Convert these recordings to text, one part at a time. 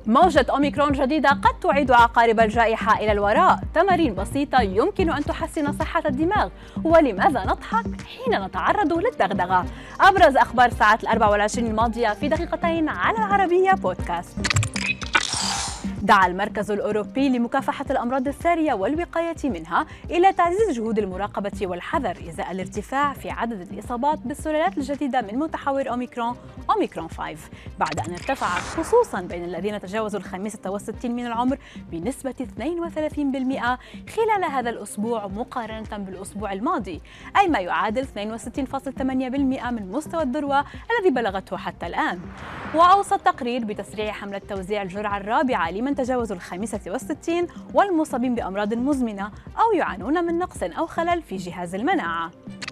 موجة أوميكرون جديدة قد تعيد عقارب الجائحة إلى الوراء. تمارين بسيطة يمكن أن تحسن صحة الدماغ. ولماذا نضحك حين نتعرض للدغدغة؟ أبرز أخبار الساعات 24 الماضية في دقيقتين على العربية بودكاست. دعا المركز الأوروبي لمكافحة الأمراض السارية والوقاية منها إلى تعزيز جهود المراقبة والحذر إزاء الارتفاع في عدد الإصابات بالسلالات الجديدة من متحور أوميكرون 5 بعد أن ارتفع خصوصاً بين الذين تجاوزوا 65 من العمر بنسبة 32% خلال هذا الأسبوع مقارنة بالأسبوع الماضي، أي ما يعادل 62.8% من مستوى الذروة الذي بلغته حتى الآن. وأوصى التقرير بتسريع حملة توزيع الجرعة الرابعة لمن تجاوزوا 65 والمصابين بأمراض مزمنة أو يعانون من نقص أو خلل في جهاز المناعة.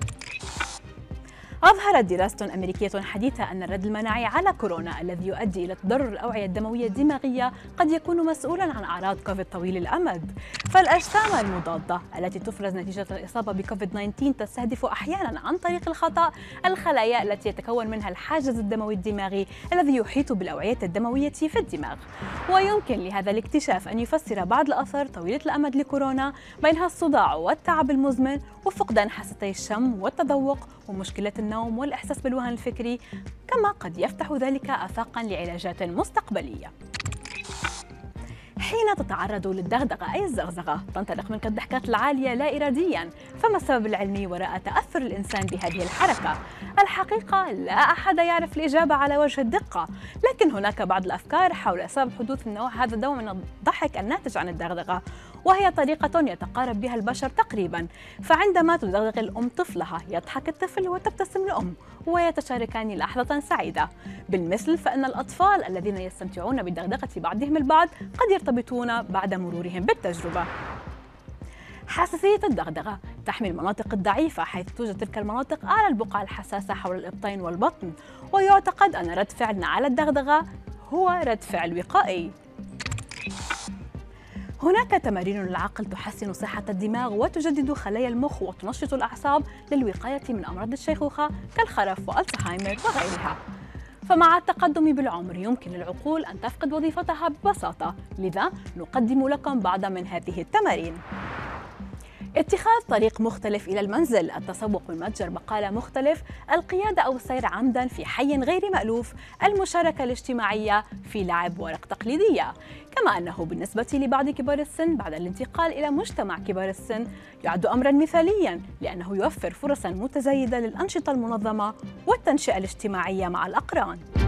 أظهرت دراسة أمريكية حديثة أن الرد المناعي على كورونا الذي يؤدي إلى تضرر الأوعية الدموية الدماغية قد يكون مسؤولاً عن أعراض كوفيد طويل الأمد. فالأجسام المضادة التي تفرز نتيجة الإصابة بكوفيد 19 تستهدف أحياناً عن طريق الخطأ الخلايا التي يتكون منها الحاجز الدموي الدماغي الذي يحيط بالأوعية الدموية في الدماغ. ويمكن لهذا الاكتشاف أن يفسر بعض الآثار طويلة الأمد لكورونا، بينها الصداع والتعب المزمن وفقدان حاستي الشم والتذوق ومشكلة النوم والإحساس بالوهن الفكري، كما قد يفتح ذلك آفاقاً لعلاجات مستقبلية. حين تتعرض للدغدغة أي الزغزغة تنطلق منك الضحكات العالية لا إرادياً، فما السبب العلمي وراء تأثر الإنسان بهذه الحركة؟ الحقيقة لا أحد يعرف الإجابة على وجه الدقة، لكن هناك بعض الأفكار حول سبب حدوث هذا النوع من الضحك الناتج عن الدغدغة، وهي طريقة يتقارب بها البشر تقريباً. فعندما تدغدغ الأم طفلها يضحك الطفل وتبتسم الأم ويتشاركان لحظة سعيدة. بالمثل فإن الأطفال الذين يستمتعون بدغدغة بعضهم البعض قد يرتبطون بعد مرورهم بالتجربة. حساسية الدغدغة تحمي المناطق الضعيفة، حيث توجد تلك المناطق أعلى البقع الحساسة حول الإبطين والبطن، ويعتقد أن رد فعلنا على الدغدغة هو رد فعل وقائي. هناك تمارين للعقل تحسن صحة الدماغ وتجدد خلايا المخ وتنشط الأعصاب للوقاية من أمراض الشيخوخة كالخرف والزهايمر وغيرها. فمع التقدم بالعمر يمكن للعقول أن تفقد وظيفتها ببساطة، لذا نقدم لكم بعض من هذه التمارين. اتخاذ طريق مختلف إلى المنزل، التسوق من متجر بقالة مختلف، القيادة أو السير عمداً في حي غير مألوف، المشاركة الاجتماعية في لعب ورق تقليدية. كما أنه بالنسبة لبعض كبار السن بعد الانتقال إلى مجتمع كبار السن يعد أمراً مثالياً، لأنه يوفر فرصاً متزايدة للأنشطة المنظمة والتنشئة الاجتماعية مع الأقران.